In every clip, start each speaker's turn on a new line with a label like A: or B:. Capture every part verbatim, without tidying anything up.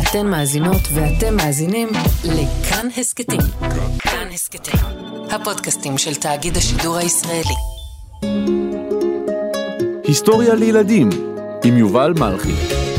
A: אתן מאזינות ואתם מאזינים לכאן הסקטים. כאן הסקטים, הפודקאסטים של תאגיד השידור הישראלי.
B: היסטוריה לילדים עם יובל מלכי.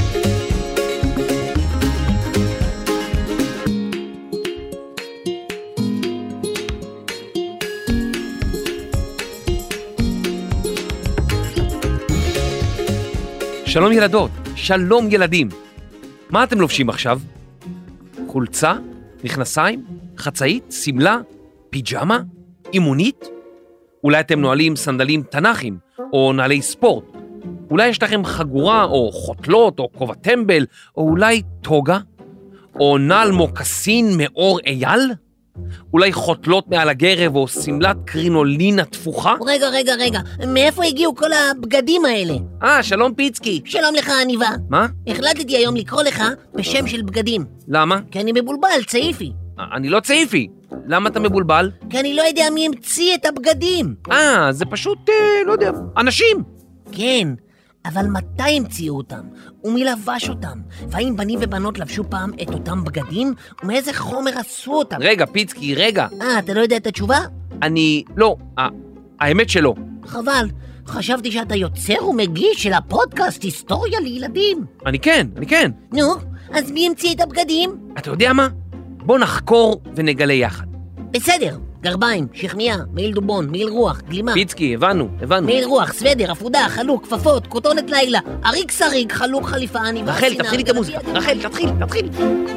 C: שלום ילדות, שלום ילדים. מה אתם לובשים עכשיו? חולצה? מכנסיים? חצאית? סמלה? פיג'מה? אימונית? אולי אתם נועלים סנדלים תנכים או נעלי ספורט? אולי יש לכם חגורה או חוטלות או כובע טמבל או אולי טוגה? או נעל מוקסין מאור אייל? אולי חוטלות מעל הגרב או סמלת קרינולינה תפוחה?
D: רגע, רגע, רגע, מאיפה הגיעו כל הבגדים האלה?
C: אה, שלום פיצקי.
D: שלום לך, עניבה.
C: מה?
D: החלטתי היום לקרוא לך בשם של בגדים.
C: למה?
D: כי אני מבולבל, צעיפי.
C: אני לא צעיפי. למה אתה מבולבל?
D: כי אני לא יודע מי המציא את הבגדים.
C: אה, זה פשוט, אה, לא יודע, אנשים.
D: כן, אבל מתי המציאו אותם? ומי לבש אותם? והאם בנים ובנות לבשו פעם את אותם בגדים? ומאיזה חומר עשו אותם?
C: רגע, פיצקי, רגע.
D: אה, אתה לא יודע את התשובה?
C: אני, לא, האמת שלא.
D: חבל, חשבתי שאתה יוצר ומגיש של הפודקאסט היסטוריה לילדים.
C: אני כן, אני כן.
D: נו, אז מי המציא את הבגדים?
C: אתה יודע מה? בוא נחקור ונגלה יחד.
D: בסדר, גרביים, שכמיה, מעיל דובון, מעיל רוח, גלימה.
C: פיצקי, הבנו, הבנו.
D: מעיל רוח, סוודר, אפודה, חלוק, כפפות, כותונת לילה, אריק סריג, חלוק חליפה, אני
C: רחל,
D: והסינה,
C: תתחילי את המוזיקה. רחל, תתחיל, תתחיל.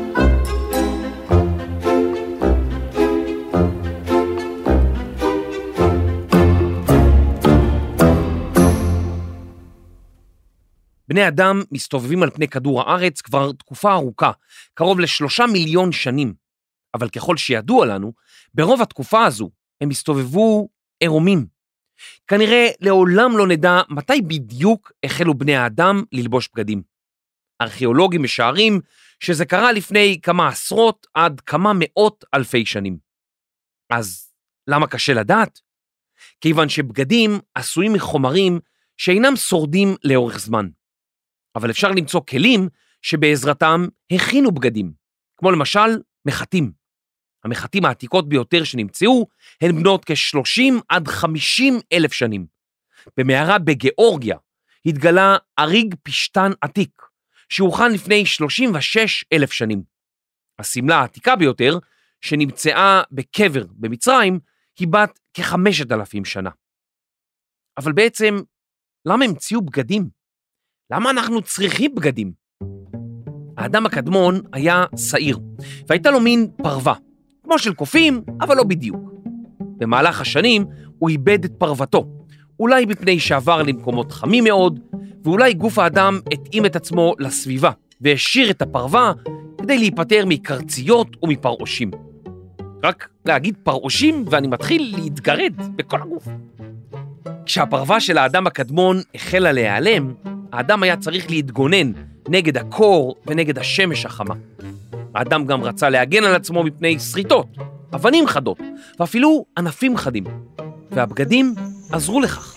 C: בני אדם מסתובבים על פני כדור הארץ כבר תקופה ארוכה, קרוב לשלושה מיליון שנים. אבל ככל שידוע לנו, ברוב התקופה הזו הם מסתובבו עירומים. כנראה לעולם לא נדע מתי בדיוק החלו בני האדם ללבוש בגדים. ארכיאולוגים משערים שזה קרה לפני כמה עשרות עד כמה מאות אלפי שנים. אז למה קשה לדעת? כיוון שבגדים עשויים מחומרים שאינם שורדים לאורך זמן. אבל אפשר למצוא כלים שבעזרתם הכינו בגדים, כמו למשל מחטים. המחטים העתיקות ביותר שנמצאו הן בנות כ-שלושים עד חמישים אלף שנים. במערה בגיאורגיה התגלה אריג פשטן עתיק, שהוכן לפני שלושים ושש אלף שנים. הסמלה העתיקה ביותר, שנמצאה בקבר במצרים, היא בת כ-חמשת אלפים שנה. אבל בעצם, למה המציאו בגדים? למה אנחנו צריכים בגדים? האדם הקדמון היה שעיר, והייתה לו מין פרווה, כמו של קופים, אבל לא בדיוק. במהלך השנים הוא איבד את פרוותו, אולי מפני שעבר למקומות חמים מאוד, ואולי גוף האדם התאים את עצמו לסביבה, והשאיר את הפרווה כדי להיפטר מקרציות ומפרעושים. רק להגיד פרעושים ואני מתחיל להתגרד בכל הגוף. כשהפרווה של האדם הקדמון החלה להיעלם, האדם היה צריך להתגונן נגד הקור ונגד השמש החמה. האדם גם רצה להגן על עצמו מפני שריטות, אבנים חדות, ואפילו ענפים חדים. והבגדים עזרו לכך.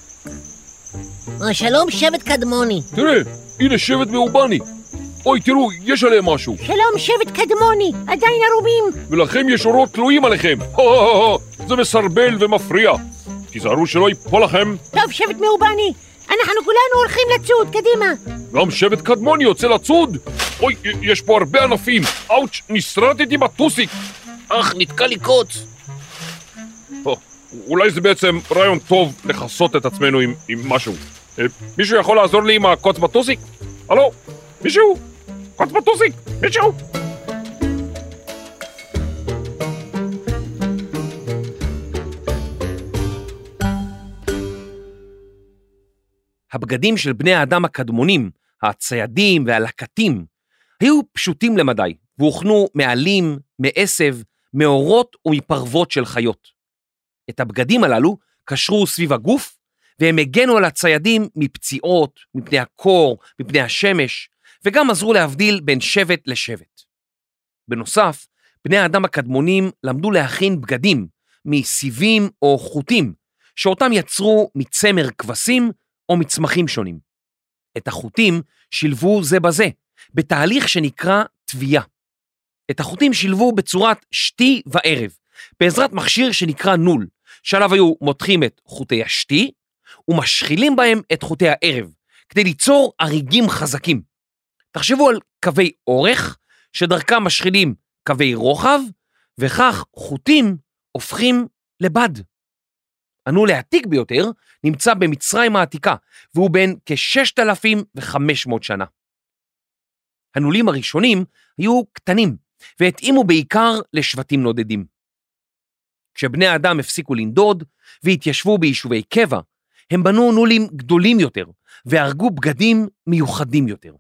D: שלום שבט קדמוני.
E: תראה, הנה שבט מאובני. אוי, תראו, יש עליהם משהו.
D: שלום שבט קדמוני, עדיין ערומים.
E: ולכם יש אורות תלויים עליכם. זה מסרבל ומפריע. תיזהרו שלא ייפול לכם.
D: טוב, שבט מאובני, אנחנו כולנו הולכים לצוד, קדימה.
E: גם שבט קדמוני יוצא לצוד? אוי, יש פה הרבה ענפים. אוץ', נסרטתי בטוסיק.
C: אך, נתקע לי קוץ.
E: או, אולי זה בעצם רעיון טוב לחסות את עצמנו עם, עם משהו. אה, מישהו יכול לעזור לי עם הקוץ בטוסיק? הלו? מישהו? קוץ בטוסיק? מישהו?
C: הבגדים של בני האדם הקדמונים, הציידים והלקטים, היו פשוטים למדי, והוכנו מעלים, מעשב, מאורות ומפרוות של חיות. את הבגדים הללו קשרו סביב הגוף, והם הגנו על הציידים מפציעות, מפני הקור, מפני השמש, וגם עזרו להבדיל בין שבט לשבט. בנוסף, בני האדם הקדמונים למדו להכין בגדים מסיבים או חוטים, שאותם יצרו מצמר כבשים או מצמחים שונים. את החוטים שילבו זה בזה, בתהליך שנקרא תביעה. את החוטים שילבו בצורת שתי וערב, בעזרת מכשיר שנקרא נול, שעליו היו מותחים את חוטי השתי, ומשחילים בהם את חוטי הערב, כדי ליצור אריגים חזקים. תחשבו על קווי אורך, שדרכם משחילים קווי רוחב, וכך חוטים הופכים לבד. הנול העתיק ביותר נמצא במצרים העתיקה, והוא בן כ-ששת אלפים וחמש מאות שנה. הנולים הראשונים היו קטנים, והתאימו בעיקר לשבטים נודדים. כשבני האדם הפסיקו לנדוד והתיישבו ביישובי קבע, הם בנו נולים גדולים יותר, והרגו בגדים מיוחדים יותר.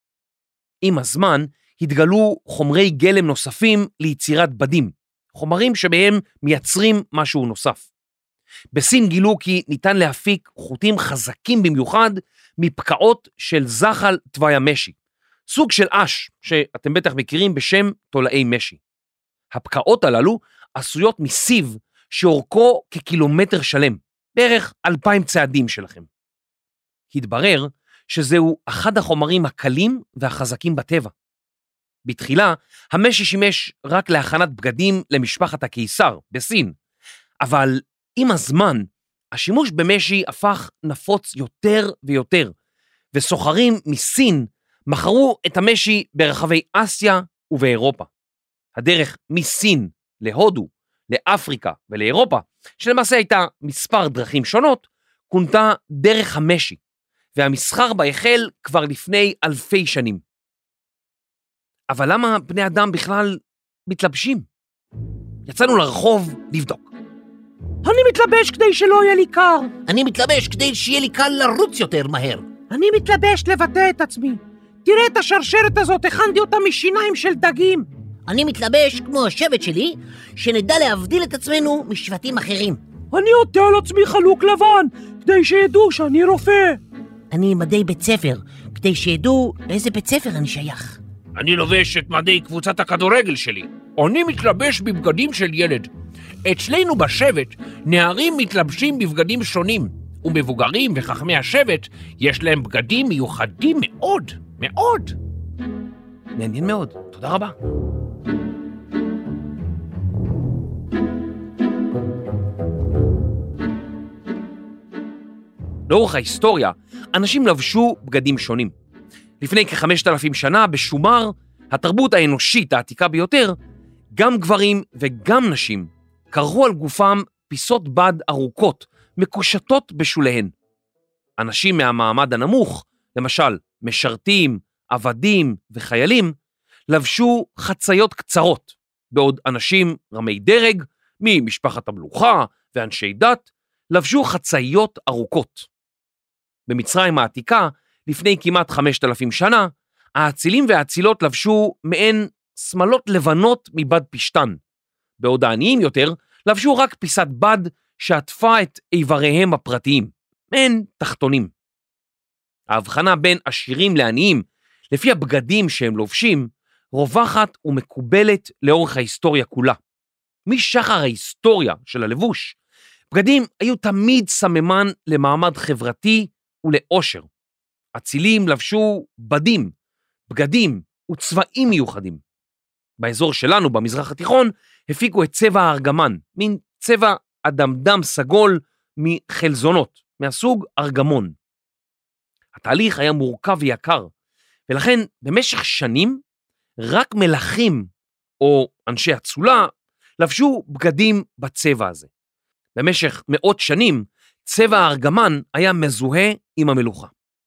C: עם הזמן התגלו חומרי גלם נוספים ליצירת בדים, חומרים שבהם מייצרים משהו נוסף. בסין גילו כי ניתן להפיק חוטים חזקים במיוחד מפקעות של זחל תוואי המשי, סוג של אש שאתם בטח מכירים בשם תולעי משי. הפקעות הללו עשויות מסיב שאורכו כקילומטר שלם, בערך אלפיים צעדים שלכם. התברר שזהו אחד החומרים הקלים והחזקים בטבע. בתחילה, המשי שימש רק להכנת בגדים למשפחת הקיסר בסין, אבל עם הזמן, השימוש במשי הפך נפוץ יותר ויותר, וסוחרים מסין מכרו את המשי ברחבי אסיה ובאירופה. הדרך מסין להודו, לאפריקה ולאירופה, שלמעשה הייתה מספר דרכים שונות, כונתה דרך המשי, והמסחר בה החל כבר לפני אלפי שנים. אבל למה בני אדם בכלל מתלבשים? יצאנו לרחוב לבדוק.
F: אני מתלבש כדי שלא יהיה לי קר.
D: אני מתלבש כדי שיהיה לי קל לרוץ יותר מהר.
F: אני מתלבש לבטא את עצמי. תראה את השרשרת הזאת, הכנתי אותה משיניים של דגים.
D: אני מתלבש כמו השבט שלי, שנדע להבדיל את עצמנו משבטים אחרים.
F: אני עוטה על עצמי חלוק לבן, כדי שידעו שאני רופא.
D: אני מדי בית ספר, כדי שידעו לאיזה בית ספר אני שייך.
E: אני לובש את מדי קבוצת הכדורגל שלי. אני מתלבש בבגדים של ילד. אצלנו בשבט, נערים מתלבשים בבגדים שונים, ומבוגרים וחכמי השבט יש להם בגדים מיוחדים מאוד, מאוד.
C: מעניין מאוד, תודה רבה. לאורך ההיסטוריה, אנשים לבשו בגדים שונים. לפני כחמשת אלפים שנה, בשומר, התרבות האנושית העתיקה ביותר, גם גברים וגם נשים קרחו על גופם פיסות בד ארוכות, מקושטות בשוליהן. אנשים מהמעמד הנמוך, למשל משרתים, עבדים וחיילים, לבשו חציות קצרות, בעוד אנשים רמי דרג, ממשפחת המלוכה ואנשי דת, לבשו חציות ארוכות. במצרים העתיקה, לפני כמעט חמשת אלפים שנה, האצילים והאצילות לבשו מעין שמלות לבנות מבד פשטן, בעוד העניים יותר לבשו רק פיסת בד שעטפה את איבריהם הפרטיים, מעין תחתונים. ההבחנה בין עשירים לעניים, לפי הבגדים שהם לובשים, רווחת ומקובלת לאורך ההיסטוריה כולה. משחר ההיסטוריה של הלבוש, בגדים היו תמיד סממן למעמד חברתי ולאושר. אצילים לבשו בדים, בגדים וצבעים מיוחדים. באזור שלנו, במזרח התיכון, הפיקו את צבע הארגמן, מין צבע אדמדם סגול מחלזונות, מהסוג ארגמון. התהליך היה מורכב ויקר, ולכן במשך שנים רק מלכים או אנשי אצולה לבשו בגדים בצבע הזה. במשך מאות שנים צבע הארגמן היה מזוהה עם המלוכה.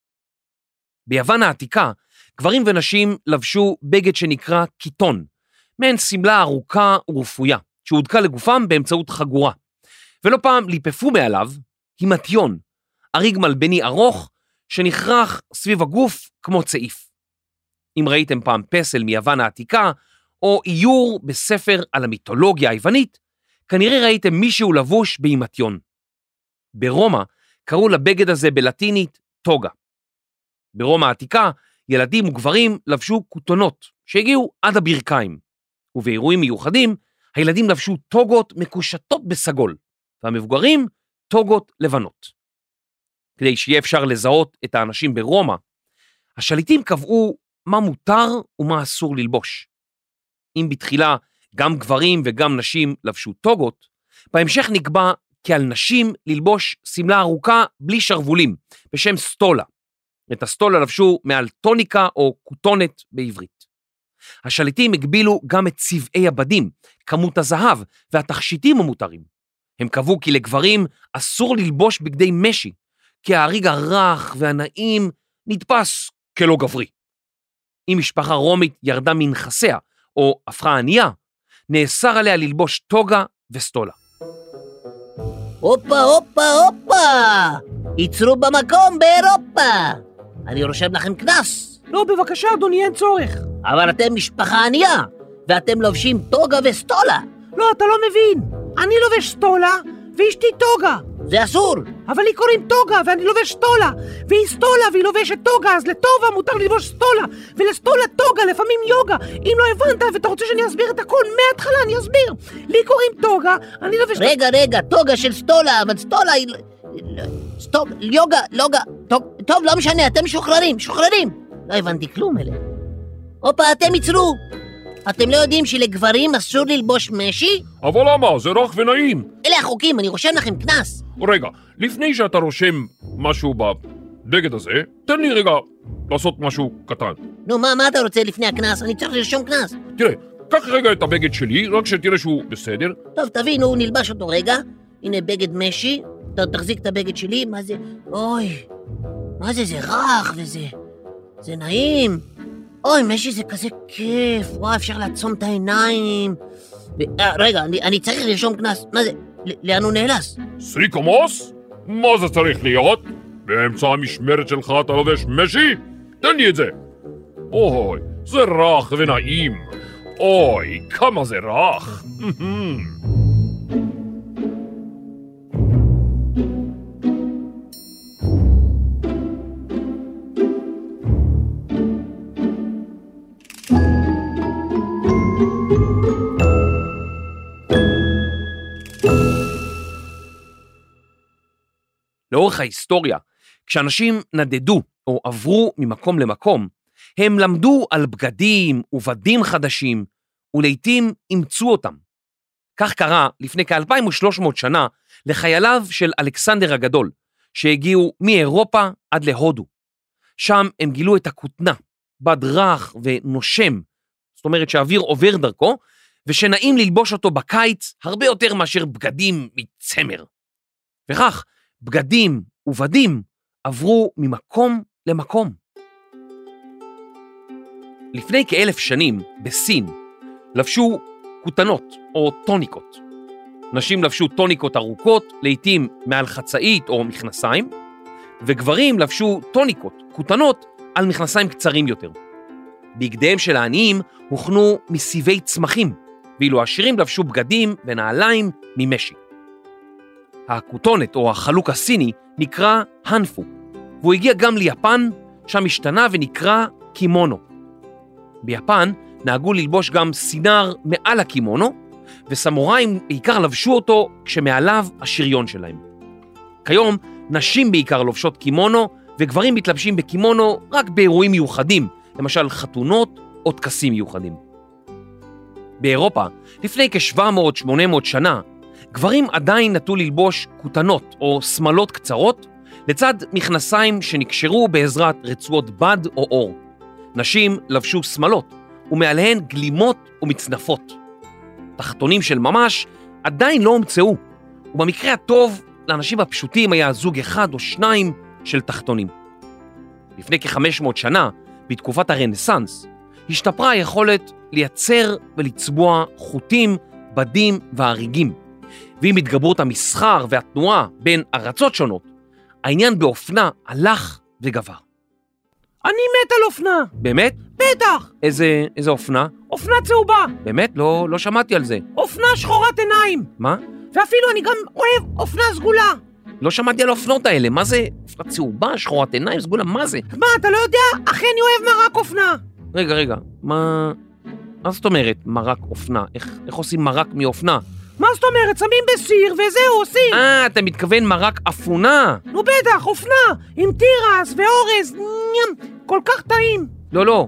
C: ביוון העתיקה גברים ונשים לבשו בגד שנקרא קיטון, מעין סמלה ארוכה ורפויה, שהודקה לגופם באמצעות חגורה, ולא פעם ליפפו מעליו הימטיון, אריג מלבני ארוך שנחרח סביב הגוף כמו צעיף. אם ראיתם פעם פסל מיוון העתיקה, או איור בספר על המיתולוגיה היוונית, כנראה ראיתם מישהו לבוש בהימטיון. ברומא קראו לבגד הזה בלטינית טוגה. ברומא העתיקה ילדים וגברים לבשו כותונות שהגיעו עד הברכיים, ובאירועים מיוחדים הילדים לבשו טוגות מקושטות בסגול, והמבוגרים טוגות לבנות. כדי שיהיה אפשר לזהות את האנשים ברומא, השליטים קבעו מה מותר ומה אסור ללבוש. אם בתחילה גם גברים וגם נשים לבשו טוגות, בהמשך נקבע כי על נשים ללבוש סמלה ארוכה בלי שרבולים, בשם סטולה. את הסטולה לבשו מעל טוניקה או כותונת בעברית. השליטים הגבילו גם את צבעי הבדים, כמות הזהב והתכשיטים המותרים. הם קבעו כי לגברים אסור ללבוש בגדי משי, כי ההריג הרך והנעים נתפס כלא גברי. אם משפחה רומית ירדה מנכסיה או הפכה ענייה, נאסר עליה ללבוש טוגה וסטולה.
D: הופה, הופה, הופה! ייצרו במקום באירופה! אני רושם לכם כנס.
F: לא, בבקשה, אדוני, אין צורך.
D: אבל אתם משפחה ענייה, ואתם לובשים טוגה וסטולה.
F: לא, אתה לא מבין. אני לובש סטולה, ואשתי טוגה.
D: זה אסור.
F: אבל לי קוראים טוגה, ואני לובש סטולה. והיא סטולה, והיא לובשת טוגה, אז לטובה מותר ללבוש סטולה. ולסטולה טוגה, לפעמים יוגה. אם לא הבנת ואתה רוצה שאני אסביר את הכל מההתחלה, אני אסביר. לי קוראים טוגה, אני לובש...
D: רגע, רגע, טוגה של סטולה, אבל סטולה היא... סטופ, יוגה, לוגה. טוב, טוב, לא משנה, אתם משוחררים, משוחררים. לא הבנתי כלום אלה. הופה, אתם יצרו. אתם לא יודעים שלגברים אסור ללבוש משי?
E: אבל למה? זה רך ונעים.
D: אלה החוקים, אני רושם לכם כנס.
E: רגע, לפני שאתה רושם משהו בבגד הזה, תן לי רגע לעשות משהו קטן.
D: נו, מה, מה אתה רוצה לפני הכנס? אני צריך לרשום כנס.
E: תראה, קח רגע את הבגד שלי, רק שתראה שהוא בסדר.
D: טוב, תבינו, נלבש אותו רגע. הנה בגד משי. אתה תחזיק את הבגד שלי, מה זה? אוי, מה זה? זה רך וזה... זה נעים. אוי, משי זה כזה כיף. וואי, אפשר לעצום את העיניים. ו... אה, רגע, אני, אני צריך לרשום כנס. מה זה? לאן הוא נאלס?
E: סריקומוס? מה זה צריך להיות? באמצע המשמרת שלך אתה לובש משי? תן לי את זה. אוי, זה רך ונעים. אוי, כמה זה רך.
C: לאורך ההיסטוריה, כשאנשים נדדו או עברו ממקום למקום, הם למדו על בגדים ובדים חדשים, ולעיתים אימצו אותם. כך קרה לפני כ-אלפיים ושלוש מאות שנה לחייליו של אלכסנדר הגדול, שהגיעו מאירופה עד להודו. שם הם גילו את הכותנה, בד רך ונושם, זאת אומרת שהאוויר עובר דרכו, ושנעים ללבוש אותו בקיץ הרבה יותר מאשר בגדים מצמר. וכך, בגדים ובדים עברו ממקום למקום. לפני כאלף שנים, בסין, לבשו כותנות או טוניקות. נשים לבשו טוניקות ארוכות, לעתים מעל חצאית או מכנסיים, וגברים לבשו טוניקות, כותנות, על מכנסיים קצרים יותר. בגדיהם של העניים הוכנו מסיבי צמחים, ואילו העשירים לבשו בגדים ונעליים ממשי. הכותונת או החלוק הסיני נקרא הנפו, והוא הגיע גם ליפן, שם השתנה ונקרא קימונו. ביפן נהגו ללבוש גם סינר מעל הקימונו, וסמוראים בעיקר לבשו אותו כשמעליו השריון שלהם. כיום נשים בעיקר לובשות קימונו, וגברים מתלבשים בקימונו רק באירועים מיוחדים, למשל חתונות או טקסים מיוחדים. באירופה, לפני כ-שבע מאות שמונה מאות שנה, גברים עדיין נטו ללבוש כותנות או סמלות קצרות, לצד מכנסיים שנקשרו בעזרת רצועות בד או אור. נשים לבשו סמלות, ומעליהן גלימות ומצנפות. תחתונים של ממש עדיין לא הומצאו, ובמקרה הטוב, לאנשים הפשוטים היה זוג אחד או שניים של תחתונים. לפני כ-חמש מאות שנה, בתקופת הרנסנס, השתפרה היכולת לייצר ולצבוע חוטים, בדים והריגים. ועם התגברות המסחר והתנועה בין ארצות שונות, העניין באופנה הלך וגבר.
F: אני מת על אופנה.
C: באמת?
F: בטח.
C: איזה, איזה אופנה?
F: אופנה צהובה.
C: באמת? לא, לא שמעתי על זה.
F: אופנה שחורת עיניים.
C: מה?
F: ואפילו אני גם אוהב אופנה סגולה.
C: לא שמעתי על האופנות האלה. מה זה? אופנה צהובה, שחורת עיניים, סגולה, מה זה?
F: מה, אתה לא יודע? אחי, אני אוהב מרק אופנה.
C: רגע, רגע, מה... מה זאת אומרת מרק אופנה? איך, איך עושים מרק מאופנה?
F: מה זאת אומרת? שמים בסיר וזהו, עושים.
C: אה, אתה מתכוון מרק אפונה.
F: נו בטח, אופנה, עם תירס ואורז, נים, כל כך טעים.
C: לא, לא,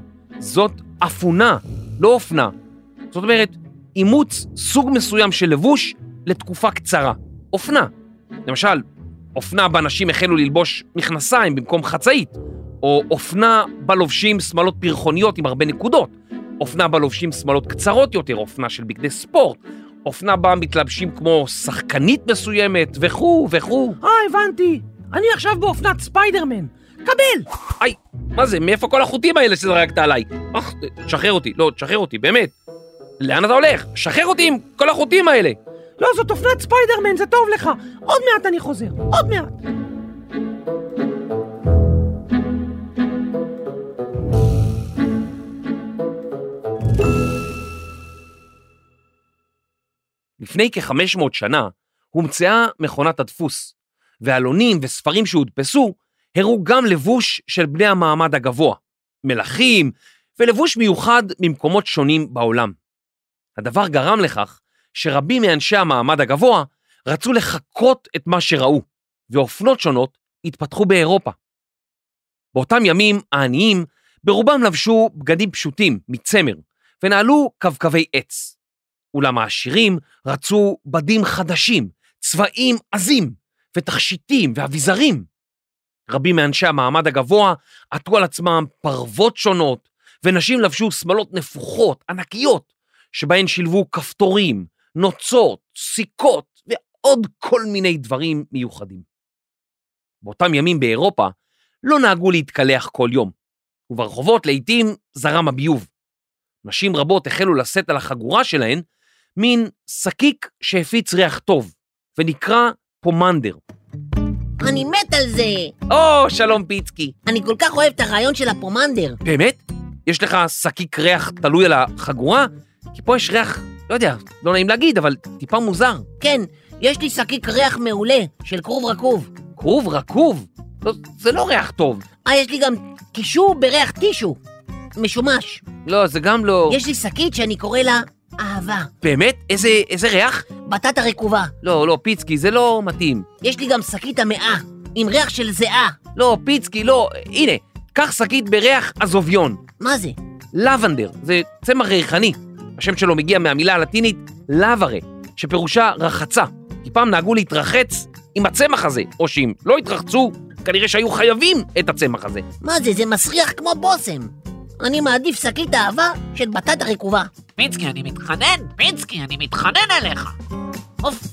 C: זאת אפונה, לא אופנה. זאת אומרת, אימוץ סוג מסוים של לבוש לתקופה קצרה. אופנה. למשל, אופנה בה נשים החלו ללבוש מכנסיים במקום חצאית, או אופנה בה לובשים שמלות פרחוניות עם הרבה נקודות, אופנה בה לובשים שמלות קצרות יותר, אופנה של בגדי ספורט, אופנה בה מתלבשים כמו שחקנית מסוימת, וכו' וכו'.
F: אה, הבנתי. אני עכשיו באופנת ספיידרמן. קבל!
C: היי, מה זה? מאיפה כל החוטים האלה שזרקת עליי? אך, תשחרר אותי, לא, תשחרר אותי, באמת. לאן אתה הולך? שחרר אותי עם כל החוטים האלה.
F: לא, זאת אופנת ספיידרמן, זה טוב לך. עוד מעט אני חוזר, עוד מעט.
C: לפני כ-חמש מאות שנה הומצאה מכונת הדפוס, ועלונים וספרים שהודפסו הראו גם לבוש של בני המעמד הגבוה, מלכים ולבוש מיוחד ממקומות שונים בעולם. הדבר גרם לכך שרבים מאנשי המעמד הגבוה רצו לחקות את מה שראו, ואופנות שונות התפתחו באירופה. באותם ימים העניים ברובם לבשו בגדים פשוטים מצמר, ונעלו קווקווי עץ. אולם העשירים רצו בדים חדשים, צבעים עזים, ותכשיטים ואביזרים. רבים מאנשי המעמד הגבוה עטו על עצמם פרוות שונות, ונשים לבשו שמלות נפוחות, ענקיות, שבהן שילבו כפתורים, נוצות, סיכות, ועוד כל מיני דברים מיוחדים. באותם ימים באירופה לא נהגו להתקלח כל יום, וברחובות לעתים זרם הביוב. נשים רבות החלו לשאת על החגורה שלהן מין שקיק שהפיץ ריח טוב, ונקרא פומנדר.
D: אני מת על זה.
C: או, שלום פיצקי.
D: אני כל כך אוהב את הרעיון של הפומנדר.
C: באמת? יש לך שקיק ריח תלוי על החגורה? כי פה יש ריח, לא יודע, לא נעים להגיד, אבל טיפה מוזר.
D: כן, יש לי שקיק ריח מעולה של כרוב רקוב.
C: כרוב רקוב? לא, זה לא ריח טוב.
D: אה, יש לי גם קישור בריח טישו. משומש.
C: לא, זה גם לא...
D: יש לי שקית שאני קורא לה אהבה.
C: באמת? איזה, איזה ריח?
D: בטטה רקובה.
C: לא, לא, פיצקי, זה לא מתאים.
D: יש לי גם שקית המאה, עם ריח של זיעה.
C: לא, פיצקי, לא, הנה, קח שקית בריח אזוביון.
D: מה זה?
C: לבנדר, זה צמח ריחני. השם שלו מגיע מהמילה הלטינית לברה, שפירושה רחצה. כי פעם נהגו להתרחץ עם הצמח הזה, או שאם לא התרחצו, כנראה שהיו חייבים את הצמח הזה.
D: מה זה? זה מסריח כמו בוסם. אני מעדיף שקית אהבה של בטטה רקובה.
G: פיצקי, אני מתחנן, פיצקי, אני מתחנן אליך.
D: אוף.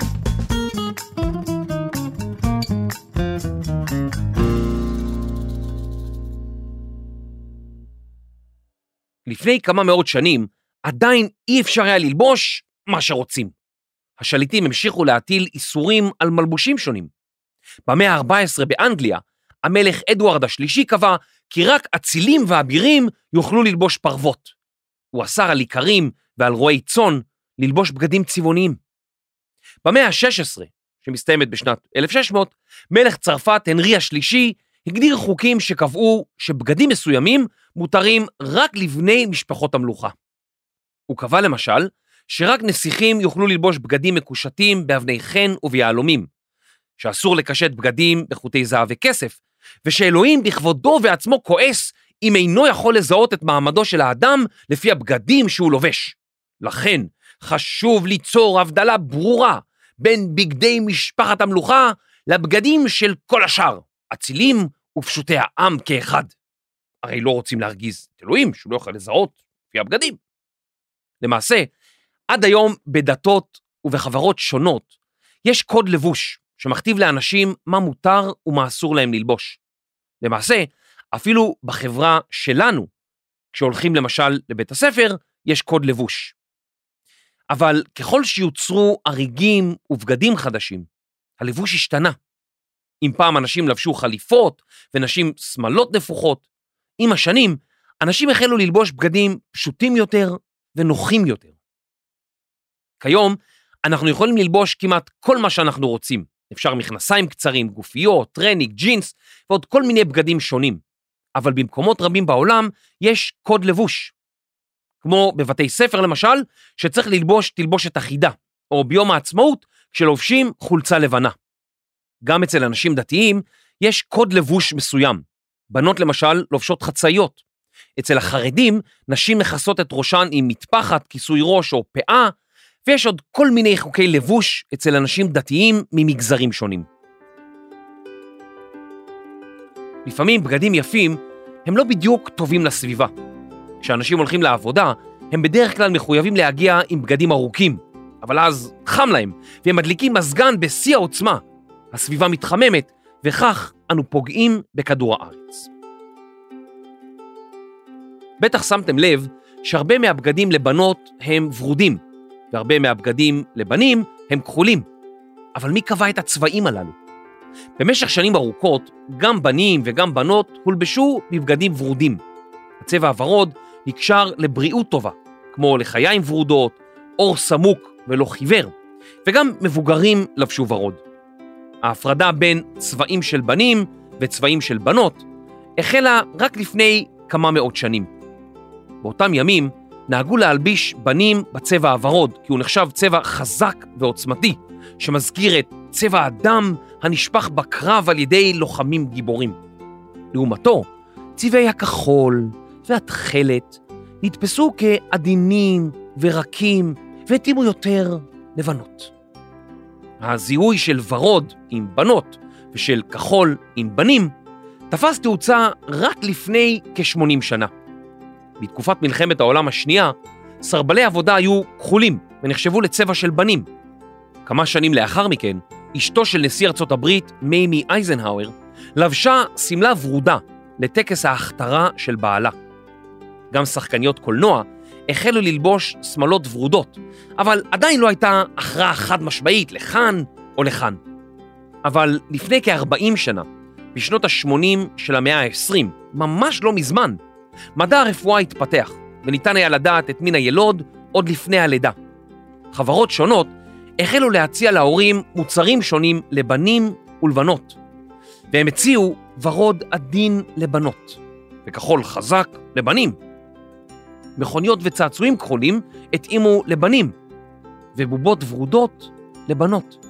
C: לפני כמה מאות שנים, עדיין אי אפשר היה ללבוש מה שרוצים. השליטים המשיכו להטיל איסורים על מלבושים שונים. במאה ה-ארבע עשרה באנגליה, המלך אדוארד השלישי קבע כי רק אצילים ואבירים יוכלו ללבוש פרוות. הוא אסר על איכרים ועל רועי צאן ללבוש בגדים צבעוניים. במאה ה-שש עשרה, שמסתיימת בשנת אלף ושש מאות, מלך צרפת הנרי השלישי הגדיר חוקים שקבעו שבגדים מסוימים מותרים רק לבני משפחות המלוכה. הוא קבע למשל שרק נסיכים יוכלו ללבוש בגדים מקושטים באבני חן וביהלומים, שאסור לקשט בגדים בחוטי זהב וכסף, ושאלוהים בכבודו ועצמו כועס אם אינו יכול לזהות את מעמדו של האדם לפי הבגדים שהוא לובש. לכן חשוב ליצור הבדלה ברורה בין בגדי משפחת המלוכה לבגדים של כל השאר, אצילים ופשוטי העם כאחד. הרי לא רוצים להרגיז את אלוהים שהוא לא יכול לזהות לפי הבגדים. למעשה, עד היום בדתות ובחברות שונות יש קוד לבוש שמכתיב לאנשים מה מותר ומה אסור להם ללבוש. למעשה, אפילו בחברה שלנו, כשהולכים למשל לבית הספר, יש קוד לבוש. אבל ככל שיוצרו אריגים ובגדים חדשים, הלבוש השתנה. אם פעם אנשים לבשו חליפות ונשים שמלות נפוחות, עם השנים אנשים החלו ללבוש בגדים פשוטים יותר ונוחים יותר. כיום אנחנו יכולים ללבוש כמעט כל מה שאנחנו רוצים. אפשר מכנסיים קצרים, גופיות, טרניק, ג'ינס ועוד כל מיני בגדים שונים. אבל במקומות רבים בעולם יש קוד לבוש. כמו בבתי ספר למשל, שצריך ללבוש תלבושת אחידה, או ביום העצמאות כשלובשים חולצה לבנה. גם אצל אנשים דתיים יש קוד לבוש מסוים. בנות למשל לובשות חצאיות. אצל החרדים, נשים מכסות את ראשן עם מטפחת, כיסוי ראש או פאה, ויש עוד כל מיני חוקי לבוש אצל אנשים דתיים ממגזרים שונים. לפעמים בגדים יפים הם לא בדיוק טובים לסביבה. כשאנשים הולכים לעבודה, הם בדרך כלל מחויבים להגיע עם בגדים ארוכים, אבל אז חם להם, והם מדליקים מזגן בשיא העוצמה. הסביבה מתחממת, וכך אנו פוגעים בכדור הארץ. בטח שמתם לב שהרבה מהבגדים לבנות הם ורודים, והרבה מהבגדים לבנים הם כחולים. אבל מי קבע את הצבעים הללו? במשך שנים ארוכות, גם בנים וגם בנות הולבשו בבגדים ורודים. הצבע הוורוד נקשר לבריאות טובה, כמו לחיים ורודות, אור סמוק ולא חיוור, וגם מבוגרים לבשו ורוד. ההפרדה בין צבעים של בנים וצבעים של בנות החלה רק לפני כמה מאות שנים. באותם ימים נהגו להלביש בנים בצבע הוורוד, כי הוא נחשב צבע חזק ועוצמתי, שמזכיר את צבע הדם הנשפך בקרב על ידי לוחמים גיבורים. לעומתו, צבעי הכחול והתכלת נתפסו כעדינים ורקים והתאימו יותר לבנות. הזיהוי של ורוד עם בנות ושל כחול עם בנים תפס תאוצה רק לפני כ-שמונים שנה. בתקופת מלחמת העולם השנייה, סרבלי עבודה היו כחולים ונחשבו לצבע של בנים. כמה שנים לאחר מכן, אשתו של נשיא ארצות הברית, מיימי אייזנהאואר, לבשה סמלה ורודה לטקס ההכתרה של בעלה. גם שחקניות קולנוע החלו ללבוש שמלות ורודות, אבל עדיין לא הייתה הכרעה חד משמעית לכאן או לכאן. אבל לפני כ-ארבעים שנה, בשנות ה-שמונים של המאה ה-עשרים, ממש לא מזמן, מדע הרפואה התפתח, וניתן היה לדעת את מין הילוד עוד לפני הלידה. חברות שונות החלו להציע להורים מוצרים שונים לבנים ולבנות, והם הציעו ורוד עדין לבנות, וכחול חזק לבנים. מכוניות וצעצועים כחולים התאימו לבנים, ובובות ורודות לבנות.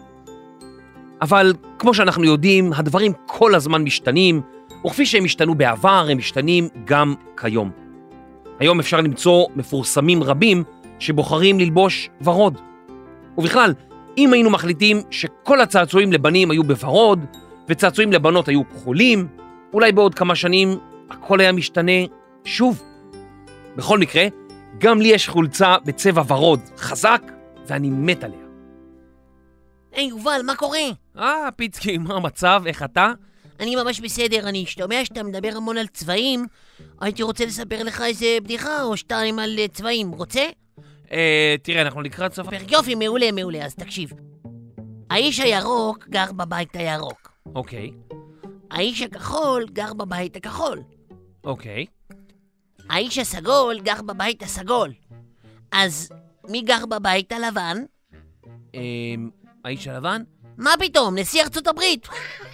C: אבל כמו שאנחנו יודעים, הדברים כל הזמן משתנים, וכפי שהם השתנו בעבר, הם משתנים גם כיום. היום אפשר למצוא מפורסמים רבים שבוחרים ללבוש ורוד. ובכלל, אם היינו מחליטים שכל הצעצועים לבנים היו בוורוד, וצעצועים לבנות היו כחולים, אולי בעוד כמה שנים הכל היה משתנה שוב. בכל מקרה, גם לי יש חולצה בצבע ורוד חזק, ואני מת עליה.
D: היי, יובל, מה קורה?
C: אה, פיצקי, מה המצב? איך אתה?
D: אני ממש בסדר, אני שומע שאתה מדבר המון על צבעים. הייתי רוצה לספר לך איזה בדיחה או שתיים על צבעים, רוצה?
C: אה, תראה, אנחנו לקראת סוף...
D: יופי, מעולה, מעולה, אז תקשיב. האיש הירוק גר בבית הירוק.
C: אוקיי.
D: האיש הכחול גר בבית הכחול.
C: אוקיי.
D: האיש הסגול גר בבית הסגול. אז מי גר בבית הלבן?
C: אה, האיש הלבן?
D: מה פתאום? נשיא ארצות הברית.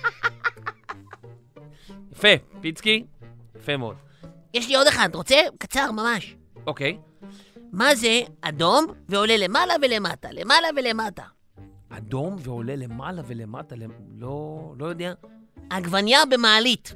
C: יפה, פיצקי. יפה מאוד.
D: יש לי עוד אחד, רוצה? קצר ממש.
C: אוקיי.
D: מה זה אדום ועולה למעלה ולמטה, למעלה ולמטה?
C: אדום ועולה למעלה ולמטה, לא, לא יודע.
D: עגבניה במעלית.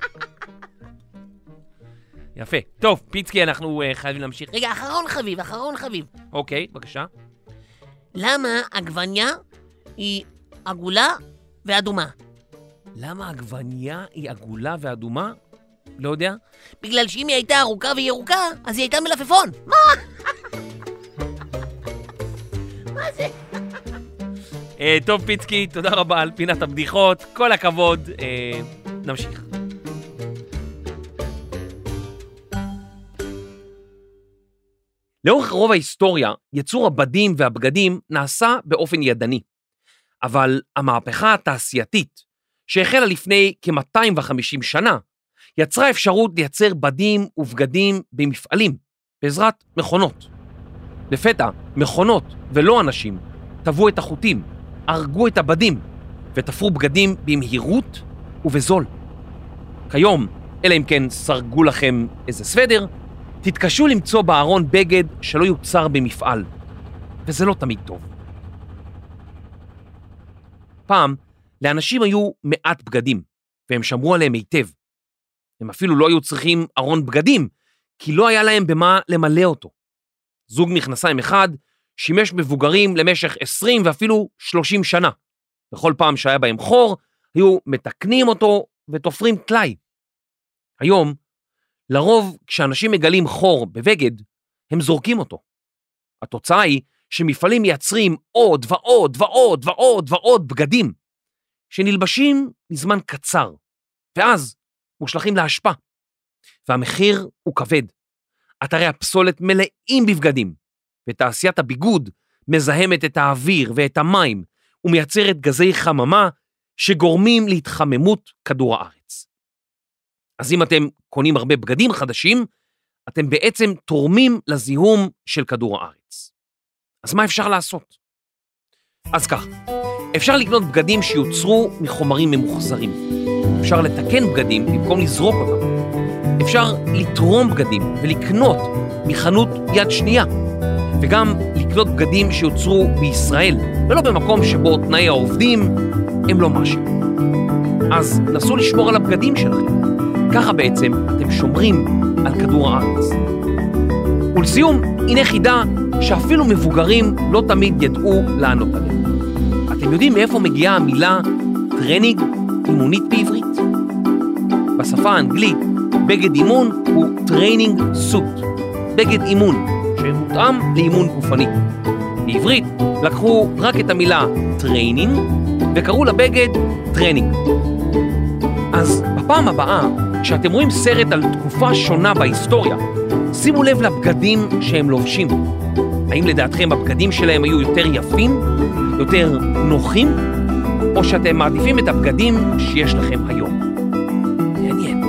C: יפה. טוב, פיצקי, אנחנו uh, חייבים להמשיך.
D: רגע, אחרון חביב, אחרון חביב.
C: אוקיי, בבקשה.
D: למה עגבניה היא עגולה ואדומה?
C: למה עגבניה היא עגולה ואדומה? לא יודע.
D: בגלל שאם היא הייתה ארוכה וירוקה, אז היא הייתה מלפפון. מה? מה זה?
C: uh, טוב, פיצקי, תודה רבה על פינת הבדיחות. כל הכבוד. Uh, נמשיך. לאורך רוב ההיסטוריה, יצור הבדים והבגדים נעשה באופן ידני. אבל המהפכה התעשייתית, שהחלה לפני כ-מאתיים וחמישים שנה, יצרה אפשרות לייצר בדים ובגדים במפעלים, בעזרת מכונות. לפתע, מכונות ולא אנשים טבעו את החוטים, הרגו את הבדים, ותפרו בגדים במהירות ובזול. כיום, אלא אם כן סרגו לכם איזה סוודר, תתקשו למצוא בארון בגד שלא יוצר במפעל, וזה לא תמיד טוב. פעם, לאנשים היו מעט בגדים, והם שמרו עליהם היטב. הם אפילו לא היו צריכים ארון בגדים, כי לא היה להם במה למלא אותו. זוג מכנסיים אחד שימש מבוגרים למשך עשרים ואפילו שלושים שנה. בכל פעם שהיה בהם חור, היו מתקנים אותו ותופרים טלאי. היום, לרוב כשאנשים מגלים חור בבגד, הם זורקים אותו. התוצאה היא שמפעלים מייצרים עוד ועוד ועוד ועוד ועוד בגדים, שנלבשים לזמן קצר, ואז מושלכים להשפעה. והמחיר הוא כבד. אתרי הפסולת מלאים בבגדים, ותעשיית הביגוד מזהמת את האוויר ואת המים, ומייצרת גזי חממה שגורמים להתחממות כדור הארץ. אז אם אתם קונים הרבה בגדים חדשים, אתם בעצם תורמים לזיהום של כדור הארץ. אז מה אפשר לעשות? אז כך, אפשר לקנות בגדים שיוצרו מחומרים ממוחזרים. אפשר לתקן בגדים במקום לזרוק אותם. אפשר לתרום בגדים ולקנות מחנות יד שנייה. וגם לקנות בגדים שיוצרו בישראל, ולא במקום שבו תנאי העובדים הם לא משהו. אז נסו לשמור על הבגדים שלכם. ככה בעצם אתם שומרים על כדור הארץ. ולסיום, הנה חידה שאפילו מבוגרים לא תמיד ידעו לענות עליה. אתם יודעים מאיפה מגיעה המילה טרנינג אימונית בעברית? בשפה האנגלית, בגד אימון הוא טריינינג סוט, בגד אימון שמותאם לאימון גופני. בעברית לקחו רק את המילה טריינינג וקראו לבגד טרנינג. אז בפעם הבאה, כשאתם רואים סרט על תקופה שונה בהיסטוריה, שימו לב לבגדים שהם לובשים. האם לדעתכם הבגדים שלהם היו יותר יפים, יותר נוחים, או שאתם מעדיפים את הבגדים שיש לכם היום? מעניין.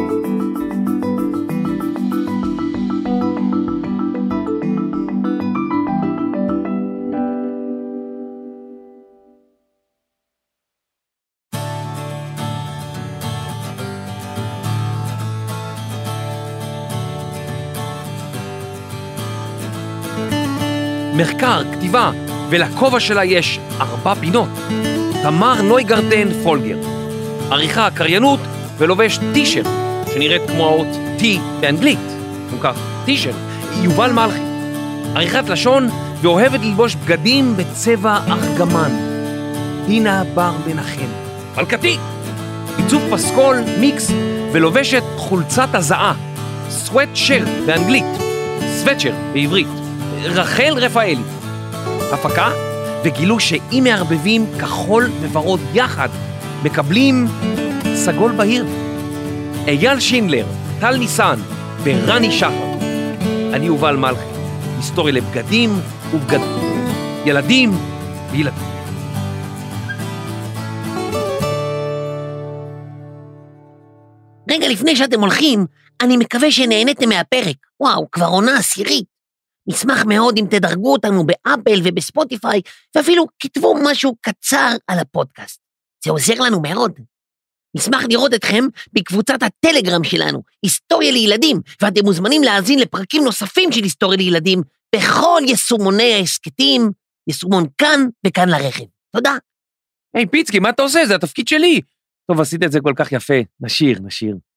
C: מחקר, כתיבה, ולכובע שלה יש ארבע פינות. תמר נויגרדן פולגר. עריכה, קריינות, ולובש טישר, שנראית כמו האות T באנגלית. כמו כך, טישר. יובל מלכי. עריכת לשון, ואוהבת ללבוש בגדים בצבע ארגמן. דינה בר מנחם. מלכתי. עיצוב פסקול, מיקס, ולובשת חולצת הזעה. סווט שירט באנגלית. סווטשר בעברית. רחל רפאלי. הפקה, וגילו שאם מערבבים כחול וורוד יחד, מקבלים סגול בהיר. אייל שינדלר, טל ניסן ורני שחר. אני יובל מלכי, היסטוריה לבגדים ובגדים, ילדים וילדים.
D: רגע לפני שאתם הולכים, אני מקווה שנהניתם מהפרק. וואו, כבר עונה עשירית. נשמח מאוד אם תדרגו אותנו באפל ובספוטיפיי, ואפילו כתבו משהו קצר על הפודקאסט. זה עוזר לנו מאוד. נשמח לראות אתכם בקבוצת הטלגרם שלנו, היסטוריה לילדים, ואתם מוזמנים להאזין לפרקים נוספים של היסטוריה לילדים, בכל יישומוני העסקתים, יישומון כאן וכאן לרכב. תודה.
C: היי פיצקי, מה אתה עושה? זה התפקיד שלי. טוב, עשית את זה כל כך יפה. נשיר, נשיר.